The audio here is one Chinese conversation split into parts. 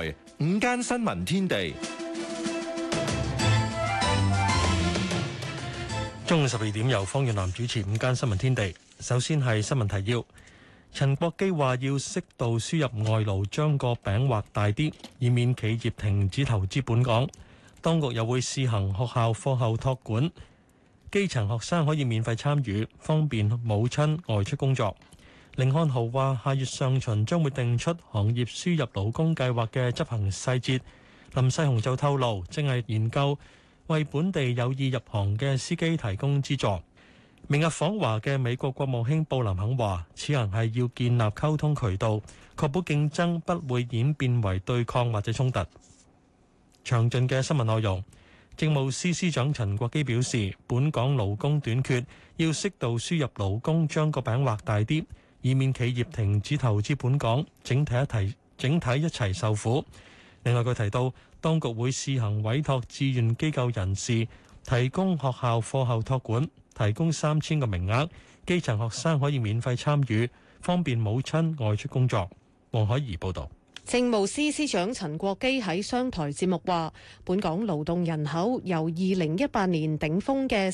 午間新聞天地， 中午12點由方遠南主持午間新聞天地。首先係新聞提要。陳國基話要適度輸入外勞，將個餅畫大啲，以免企業停止投資本港。當局又會試行學校課後託管，基層學生可以免費參與，方便母親外出工作。甯漢豪話下月上旬將會定出行業輸入勞工計劃嘅執行細節。林世雄就透露，正係研究為本地有意入行嘅司機提供資助。明日訪華嘅美國國務卿布林肯話，此行係要建立溝通渠道，確保競爭不會演變為對抗或者衝突。詳盡嘅新聞內容，政務司司長陳國基表示，本港勞工短缺，要適度輸入勞工，將個餅畫大啲，以免企業停止投資本港，整體一齊受苦。另外，佢提到，當局會試行委託志願機構人士提供學校課後託管，提供3000個名額，基層學生可以免費參與，方便母親外出工作。黃海怡報導。 政務司司長陳國基喺商台節目話，本港勞動人口由2018年頂峰嘅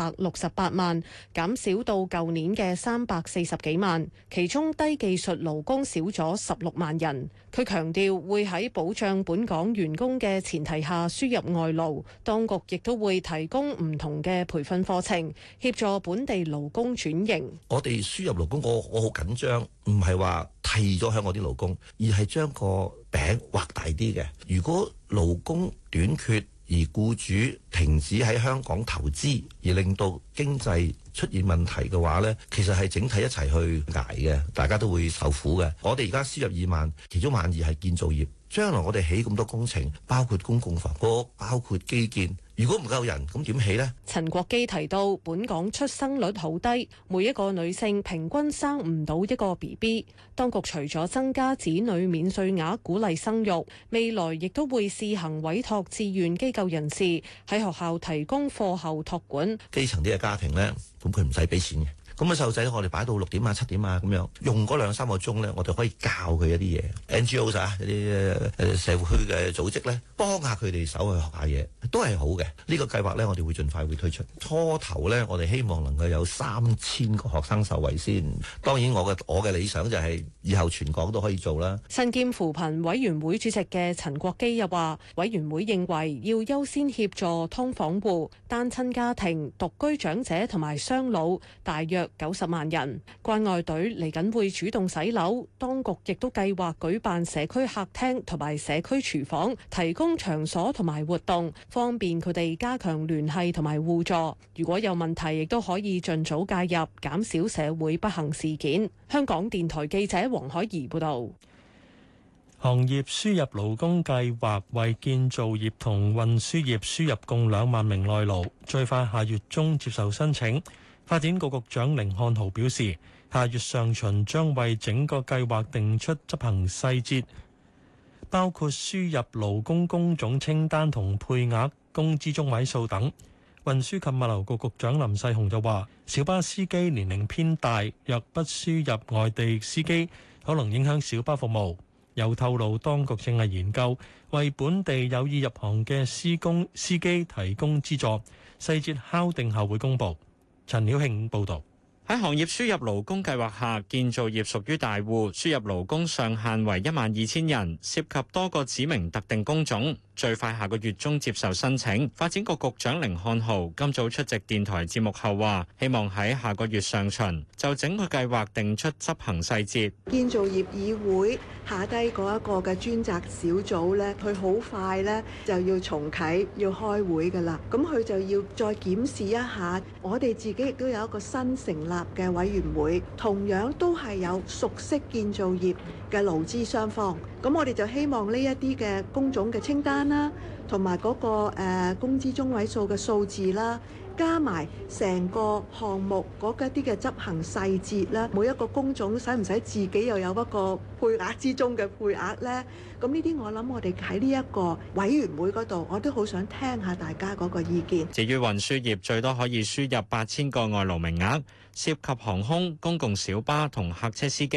368萬減少到舊年嘅340幾萬，其中低技術勞工少咗16萬人。佢強調會喺保障本港員工嘅前提下輸入外勞，當局亦都會提供唔同嘅培訓課程，協助本地勞工轉型。 我哋輸入勞工，我好緊張，唔係話替咗香港啲勞工，而係將個餅畫大啲嘅。如果勞工短缺而僱主停止喺香港投資，而令到經濟出現問題嘅話呢，其實係整體一齊去捱嘅，大家都會受苦嘅。我哋而家輸入2萬，其中12000係建造業。將來我哋起咁多工程，包括公共房屋，包括基建，如果唔夠人，咁點起呢？ 陳國基提到，本港出生率好低，每一個女性平均生唔到一個 BB。當局除咗增加子女免稅額，鼓勵生育，未來亦都會試行委託志願機構人士喺學校提供課後託管。 基層啲嘅家庭呢，咁佢唔使俾錢嘅。咁啊，細路仔我哋擺到6點啊、7點啊咁樣，用嗰2-3個鐘咧，我哋可以教佢一啲嘢。NGO 啊，一啲社會區嘅組織咧，幫下佢哋手去學下嘢，都係好嘅。呢個計劃咧，我哋會盡快會推出。初頭咧，我哋希望能夠有3000個學生受惠先。當然，我嘅理想就係以後全港都可以做啦。 身兼扶貧委員會主席嘅陳國基又話，委員會認為要優先協助劏房戶、單親家庭、獨居長者同埋雙老，大約90萬人。關愛隊嚟緊會主動洗樓，當局亦都計劃舉辦社區客廳同埋社區廚房，提供場所同埋活動，方便佢哋加強聯繫同埋互助。如果有問題，亦都可以盡早介入，減少社會不幸事件。香港電台記者黃海怡報導。 行業輸入勞工計劃為建造業同運輸業輸入共2萬名內勞，最快下月中接受申請。發展局局長甯漢豪表示，下月上旬將為整個計劃定出執行細節，包括輸入勞工工種清單同配額、工資中位數等。運輸及物流局局長林世雄就話，小巴司機年齡偏大，若不輸入外地司機，可能影響小巴服務。又透露，當局正係研究為本地有意入行嘅司機提供資助，細節敲定後會公佈。陳曉慶報導。 喺行業輸入勞工計劃下，建造業屬於大戶，輸入勞工上限為12000人，涉及多個指明特定工種，最快下個月中接受申請。發展局局長甯漢豪今早出席電台節目後話，希望喺下個月上旬就整個計劃定出執行細節。 建造業議會下低嗰一個嘅專責小組呢，佢好快呢就要重啟，要開會㗎啦。咁佢就要再檢視一下，我哋自己亦都有一個新成立嘅委員會，同樣都係有熟悉建造業嘅勞資雙方。咁我哋就希望呢一啲嘅工種嘅清單啦，同埋嗰個工資中位數嘅數字啦，加埋成個項目嗰一啲嘅執行細節啦，每一個工種使唔使自己又有一個配額之中嘅配額呢？咁呢啲我諗我哋喺呢一個委員會嗰度，我都好想聽下大家嗰個意見。 至於運輸業，最多可以輸入8000個外勞名額，涉及航空、公共小巴同客車司機。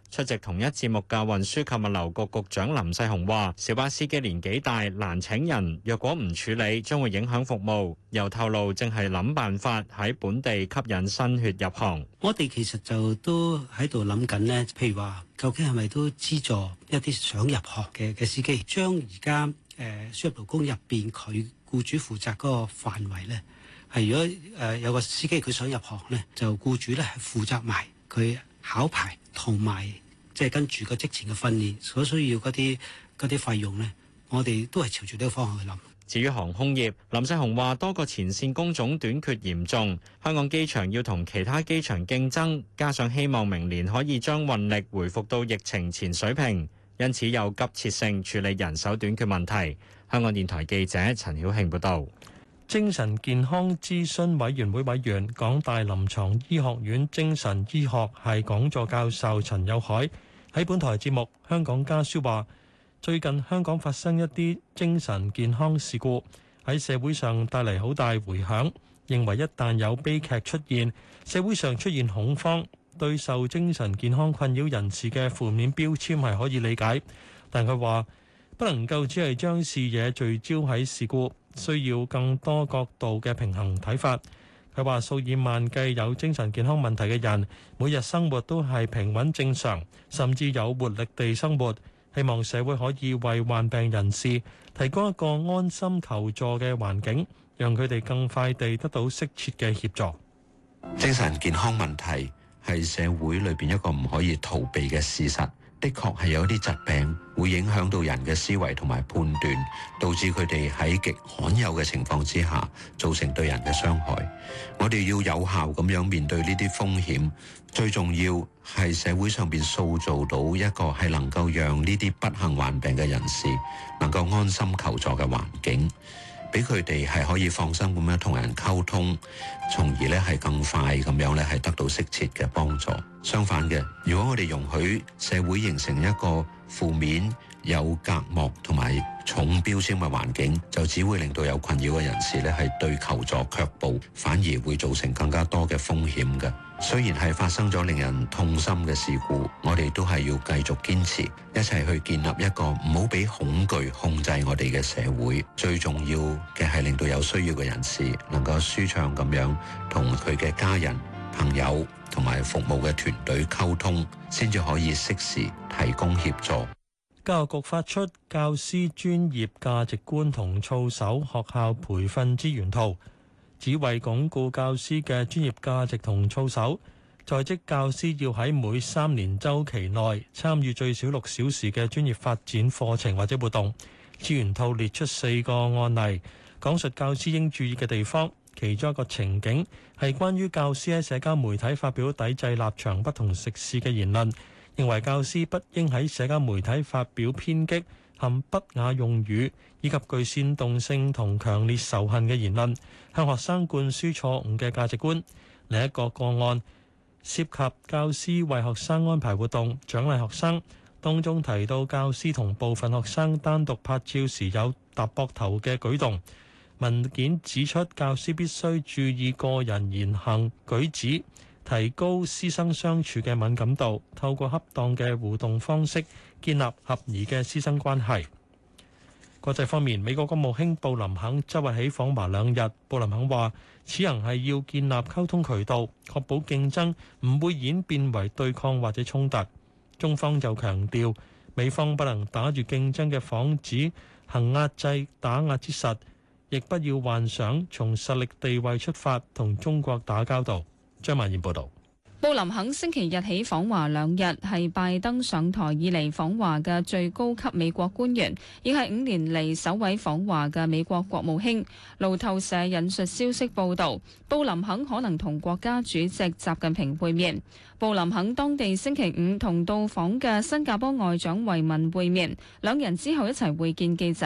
出席同一節目嘅運輸及物流局局長林世雄話：小巴司機年紀大，難請人，若果唔處理，將會影響服務。又透露正係諗辦法喺本地吸引新血入行。 我哋其實就都喺度諗緊呢，譬如話，究竟係咪都資助一啲想入行嘅司機，將而家輸入勞工入邊佢僱主負責嗰個範圍呢，係如果有個司機佢想入行呢，就僱主咧係負責埋佢考牌同埋即係跟住個職前嘅訓練所需要嗰啲費用呢，我哋都係朝住呢個方向去諗。 至於航空業，林世雄話多個前線工種短缺嚴重，香港機場要同其他機場競爭，加上希望明年可以將運力回復到疫情前水平，因此有急切性處理人手短缺問題。香港電台記者陳曉慶報導。 精神健康諮詢委員會委員、港大臨床醫學院精神醫學系講座教授陳友凱喺本台節目《香港家書》話：最近香港發生一啲精神健康事故，喺社會上帶嚟好大迴響，認為一旦有悲劇出現，社會上出現恐慌，對受精神健康困擾人士嘅負面標籤係可以理解，但佢話不能夠只係將視野聚焦喺事故。需要更多角度嘅平衡睇法。佢話數以萬計有精神健康問題嘅人，每日生活都係平穩正常，甚至有活力地生活。希望社會可以為患病人士提供一個安心求助嘅環境，讓佢哋更快地得到適切嘅協助。 精神健康問題係社會裏邊一個唔可以逃避嘅事實。的確係有啲疾病會影響到人嘅思維同埋判斷，導致佢哋喺極罕有嘅情況之下造成對人嘅傷害。我哋要有效咁樣面對呢啲風險，最重要係社會上邊塑造到一個係能夠讓呢啲不幸患病嘅人士能夠安心求助嘅環境，俾佢哋係可以放心咁樣同人溝通，從而咧係更快咁樣咧係得到適切嘅幫助。相反嘅，如果我哋容許社會形成一個負面、有隔膜同埋重標籤嘅環境，就只會令到有困擾嘅人士咧係對求助卻步，反而會造成更加多嘅風險嘅。雖然係發生咗令人痛心嘅事故，我哋都係要繼續堅持，一齊去建立一個唔好俾恐懼控制我哋嘅社會。最重要嘅係令到有需要嘅人士能夠舒暢咁樣同佢嘅家人、朋友同埋服務嘅團隊溝通，先至可以適時提供協助。 教育局發出教師專業價值觀同操守學校培訓資源套，只為鞏固教師嘅專業價值同操守，在職教師要喺每3年週期內參與最少6小時嘅專業發展課程或者活動。資源套列出4個案例，講述教師應注意嘅地方。其中一個情景係關於教師喺社交媒體發表抵制立場不同食肆嘅言論，認為教師不應喺社交媒體發表偏激、含不雅用語以及具煽動性同強烈仇恨嘅言論，向學生灌輸錯誤嘅價值觀。另一個個案涉及教師為學生安排活動，獎勵學生，當中提到教師同部分學生單獨拍照時有搭膊頭嘅舉動。文件指出，教師必須注意個人言行舉止，提高師生相處嘅敏感度，透過恰當嘅互動方式建立合宜嘅師生關係。國際方面，美國國務卿布林肯周日起訪華2日。布林肯話，此行係要建立溝通渠道，確保競爭唔會演變為對抗或者衝突。中方就強調，美方不能打住競爭嘅幌子行壓制打壓之實，亦不要幻想從實力地位出發同中國打交道。張曼燕報導。 布林肯星期日起訪華2日，係拜登上台以嚟訪華嘅最高級美國官員，亦係5年嚟首位訪華嘅美國國務卿。路透社引述消息報導，布林肯可能同國家主席習近平會面。布林肯當地星期5同到訪嘅新加坡外長維文會面，兩人之後一齊會見記者。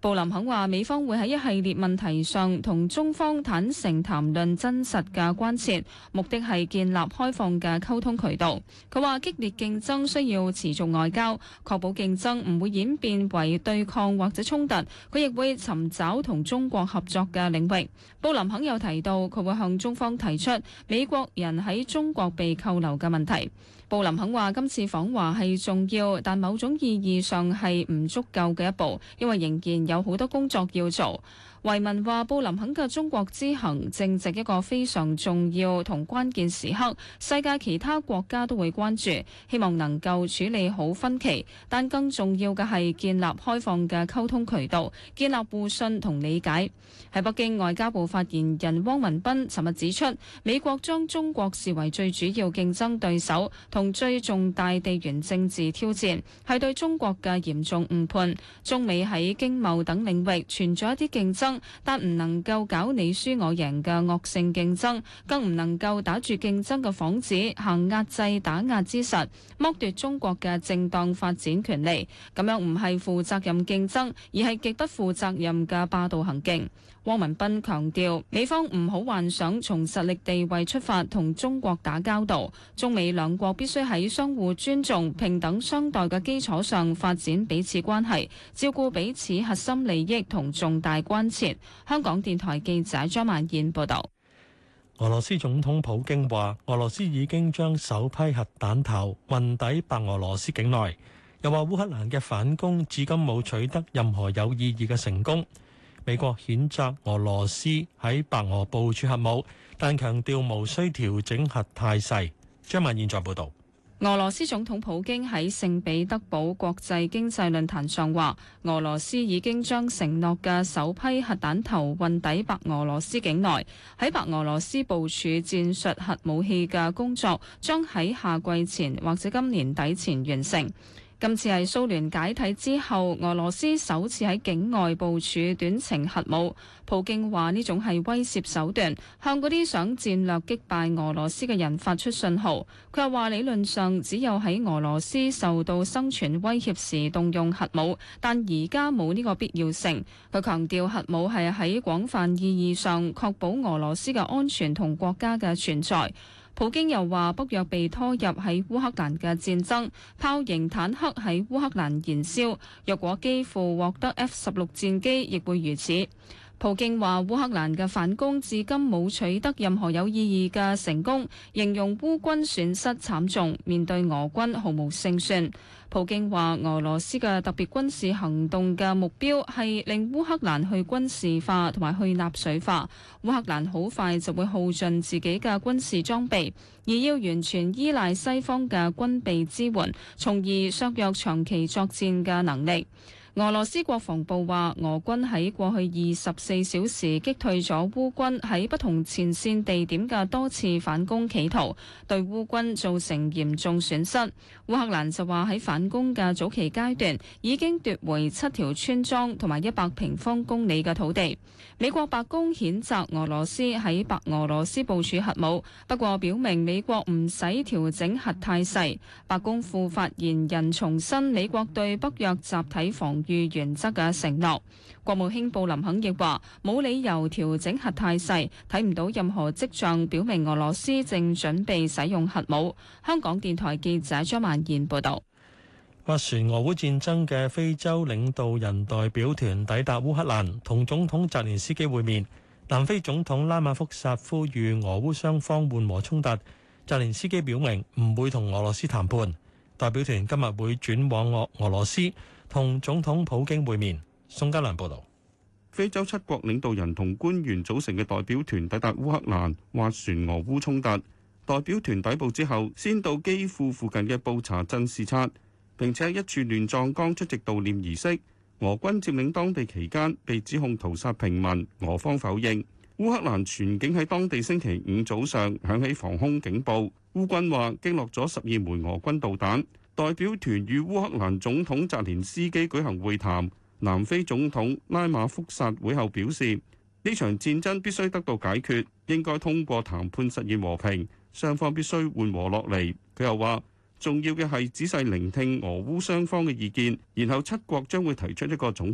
布林肯話：美方會喺一系列問題上同中方坦誠談論真實嘅關切，目的係建立開放嘅溝通渠道。佢話激烈競爭需要持續外交，確保競爭唔會演變為對抗或者衝突。佢亦會尋找同中國合作嘅領域。布林肯又提到，佢會向中方提出美國人喺中國被扣留嘅問題。布林肯話：今次訪華係重要，但某種意義上係唔足夠嘅一步，因為仍然有好多工作要做。維文話：布林肯嘅中國之行正值一個非常重要同關鍵時刻，世界其他國家都會關注，希望能夠處理好分歧，但更重要嘅係建立開放嘅溝通渠道，建立互信同理解。喺北京，外交部發言人汪文斌尋日指出，美國將中國視為最主要競爭對手同最重大地緣政治挑戰，係對中國嘅嚴重誤判。中美喺經貿等領域存在一啲競爭，但唔能夠搞你輸我贏嘅惡性競爭，更唔能夠打住競爭嘅幌子行壓制打壓之實，剝奪中國嘅正當發展權利。咁樣唔係負責任競爭，而係極不負責任嘅霸道行徑。汪文斌強調，美方唔好幻想從實力地位出發同中國打交道，中美兩國必須喺相互尊重、平等相待嘅基礎上發展彼此關係，照顧彼此核心利益同重大關切。香港電台記者張曼燕報導。 俄羅斯總統普京話：俄羅斯已經將首批核彈頭運抵白俄羅斯境內，又話烏克蘭嘅反攻至今冇取得任何有意義嘅成功。美國譴責俄羅斯喺白俄部署核武，但強調無需調整核態勢。張曼燕在報導。 俄羅斯總統普京喺聖彼得堡國際經濟論壇上話，俄羅斯已經將承諾嘅首批核彈頭運抵白俄羅斯境內，喺白俄羅斯部署戰術核武器嘅工作將喺夏季前或者今年底前完成。今次係蘇聯解體之後，俄羅斯首次喺境外部署短程核武。普京話呢種係威懾手段，向嗰啲想戰略擊敗俄羅斯嘅人發出信號。佢又話理論上只有喺俄羅斯受到生存威脅時動用核武，但而家冇呢個必要性。佢強調核武係喺廣泛意義上確保俄羅斯嘅安全同國家嘅存在。普京又話北約被拖入喺烏克蘭嘅戰爭，炮型坦克喺烏克蘭燃燒，若果基輔獲得 F-16 戰機，亦會如此。普京話烏克蘭嘅反攻至今冇取得任何有意義嘅成功，形容烏軍損失慘重，面對俄軍毫無勝算。普京話俄羅斯嘅特別軍事行動嘅目標係令烏克蘭去軍事化同埋去納粹化，烏克蘭好快就會耗盡自己嘅軍事裝備，而要完全依賴西方嘅軍備支援，從而削弱長期作戰嘅能力。俄羅斯國防部話，俄軍喺過去24小時擊退咗烏軍喺不同前線地點嘅多次反攻企圖，對烏軍造成嚴重損失。烏克蘭就話喺反攻嘅早期階段已經奪回7條村莊同埋100平方公里嘅土地。美國白宮譴責俄羅斯喺白俄羅斯部署核武，不過表明美國唔使調整核態勢。白宮副發言人重申美國對北約集體防禦原則嘅承諾。國務卿布林肯亦話冇理由調整核態勢，睇唔到任何跡象表明俄羅斯正準備使用核武。香港電台記者張曼燕報導。 斡旋俄烏戰爭嘅非洲領導人代表團抵達烏克蘭，同總統澤連斯基會面。南非總統拉馬福薩呼籲俄烏雙方緩和衝突。澤連斯基表明唔會同俄羅斯談判。代表團今日會轉往俄羅斯同總統普京會面。宋嘉良報導。 非洲7國領導人同官員組成嘅代表團抵達烏克蘭，斡旋俄烏衝突。代表團抵埗之後，先到基輔附近嘅布查鎮視察，並且喺一處亂葬崗出席悼念儀式。俄軍佔領當地期間被指控屠殺平民，俄方否認。烏克蘭全境喺當地星期五早上響起防空警報，烏軍話擊落咗12枚俄軍導彈。代表團與烏克蘭總統澤連斯基舉行會談。南非總統拉馬福薩會後表示，呢場戰爭必須得到解決，應該通過談判實現和平，雙方必須緩和落嚟。佢又話，重要嘅係仔細聆聽俄烏雙方嘅意見，然後7國將會提出一個總結。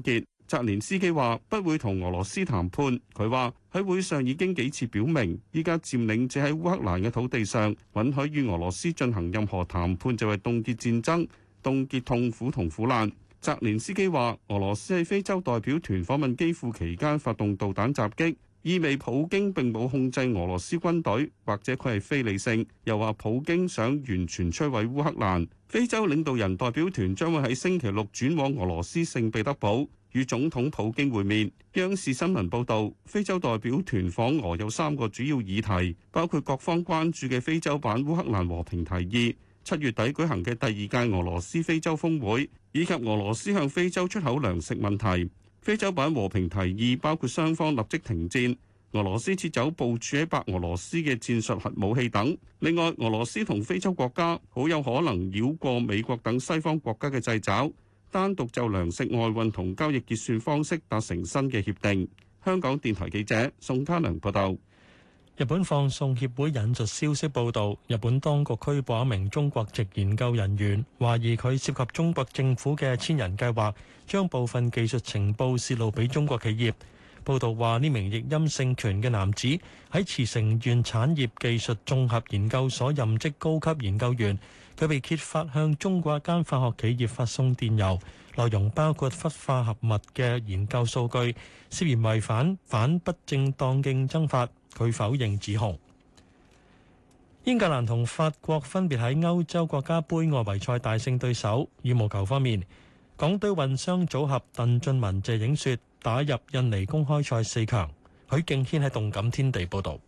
澤連斯基話不會同俄羅斯談判。佢話喺會上已經幾次表明，依家佔領者喺烏克蘭嘅土地上允許與俄羅斯進行任何談判，就係凍結戰爭、凍結痛苦同苦難。澤連斯基話俄羅斯喺非洲代表團訪問基輔期間發動導彈襲擊，意味普京並冇控制俄羅斯軍隊，或者佢係非理性。又話普京想完全摧毀烏克蘭。非洲領導人代表團將會喺星期六轉往俄羅斯聖彼得堡與總統普京會面。央視新聞報導，非洲代表團訪俄有3個主要議題，包括各方關注嘅非洲版烏克蘭和平提議、7月底舉行嘅第2屆俄羅斯非洲峰會，以及俄羅斯向非洲出口糧食問題。非洲版和平提議包括雙方立即停戰、俄羅斯撤走部署喺白俄羅斯嘅戰術核武器等。另外，俄羅斯同非洲國家好有可能繞過美國等西方國家嘅掣肘，單獨就糧食外運同交易結算方式達成新嘅協定。香港電台記者宋嘉良報道。 日本放送協會引述消息報道，日本當局拘捕一名中國籍研究人員，懷疑佢涉及中國政府嘅千人計劃，將部分技術情報泄露俾中國企業。報道話，呢名譯音姓權嘅男子喺茨城縣產業技術綜合研究所任職高級研究員，佢被揭發向中國一間化學企業發送電郵，內容包括氟化合物嘅研究數據，涉嫌違反不正當競爭法。佢否認指控。英格蘭同法國分別喺歐洲國家盃外圍賽大勝對手。羽毛球方面，港隊混雙組合鄧俊文謝影雪打入印尼公開賽4強。許敬軒喺動感天地報道。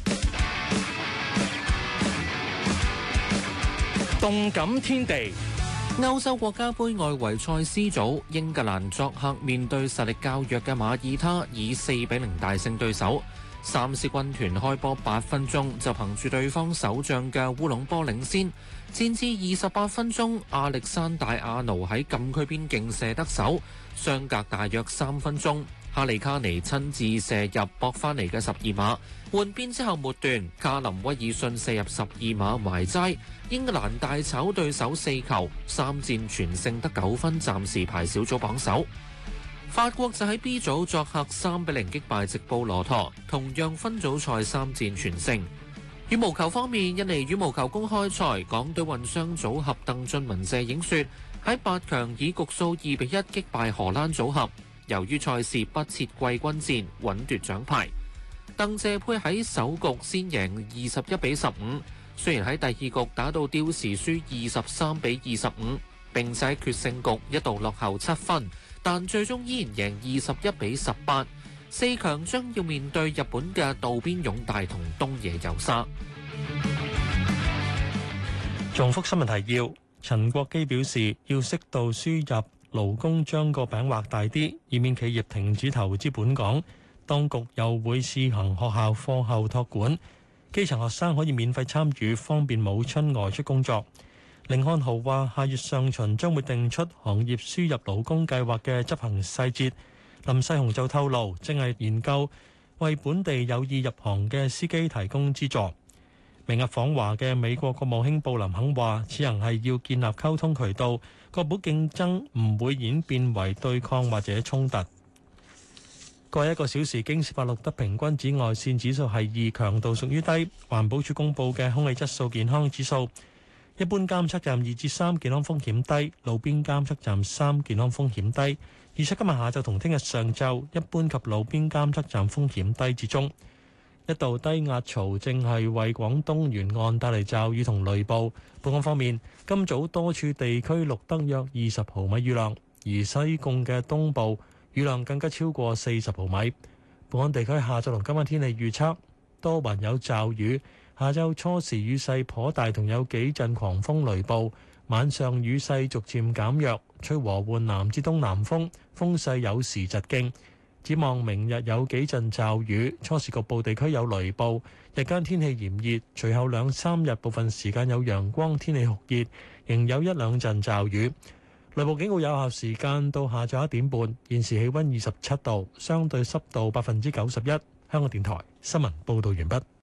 動感天地，歐洲國家盃外圍賽 C 組，英格蘭作客面對實力較弱嘅馬爾他，以4-0大勝對手。三獅軍團開波8分鐘就憑住對方守將嘅烏龍波領先，戰至28分鐘，亞歷山大阿奴喺禁區邊勁射得手，相隔大約3分鐘，哈利卡尼親自射入搏翻嚟嘅12碼。換邊之後末段，卡林威爾遜射入12碼埋齋，英格蘭大炒對手4球，3戰全勝得9分，暫時排小組榜首。法國就喺 B 組作客3-0擊敗直布羅陀，同樣分組賽3戰全勝。羽毛球方面，印尼羽毛球公開賽，港隊混雙組合鄧俊文謝影雪喺8強以局數2-1擊敗荷蘭組合，由於賽事不設季軍戰，穩奪獎牌。鄧謝配喺首局先贏21-15，雖然喺第二局打到刁時輸23-25，並且喺決勝局一度落後7分。但最終依然贏21-18， 4強將要面對日本嘅渡邊勇大同東野有沙。 重複新聞提要：陳國基表示，要適度輸入勞工，將個餅畫大啲，以免企業停止投資本港。當局又會試行學校課後託管，基層學生可以免費參與，方便母親外出工作。甯漢豪話：下月上旬將會定出行業輸入勞工計劃嘅執行細節。林世雄就透露，正係研究為本地有意入行嘅司機提供資助。明日訪華嘅美國國務卿布林肯話：此行係要建立溝通渠道，確保競爭唔會演變為對抗或者衝突。過去1個小時，京士柏錄得平均紫外線指數係2，強度屬於低。環保署公佈嘅空氣質素健康指數，一般監測站2至3，健康風險低；路邊監測站3，健康風險低。預測今日下晝同聽日上晝，一般及路邊監測站風險低至中。一道低壓槽正係為廣東沿岸帶嚟驟雨同雷暴。本港方面，今早多處地區錄得約20毫米雨量，而西貢嘅東部雨量更加超過40毫米。本港地區下晝同今晚天氣預測，多雲有驟雨。下晝初時雨勢頗大，同有幾陣狂風雷暴。晚上雨勢逐漸減弱，吹和緩南至東南風，風勢有時疾勁。展望明日有幾陣驟雨，初時局部地區有雷暴。日間天氣炎熱，隨後2-3日部分時間有陽光，天氣酷熱，仍有1-2陣驟雨。雷暴警告有效時間到下晝1點半。現時氣溫27度，相對濕度91%。香港電台新聞報導完畢。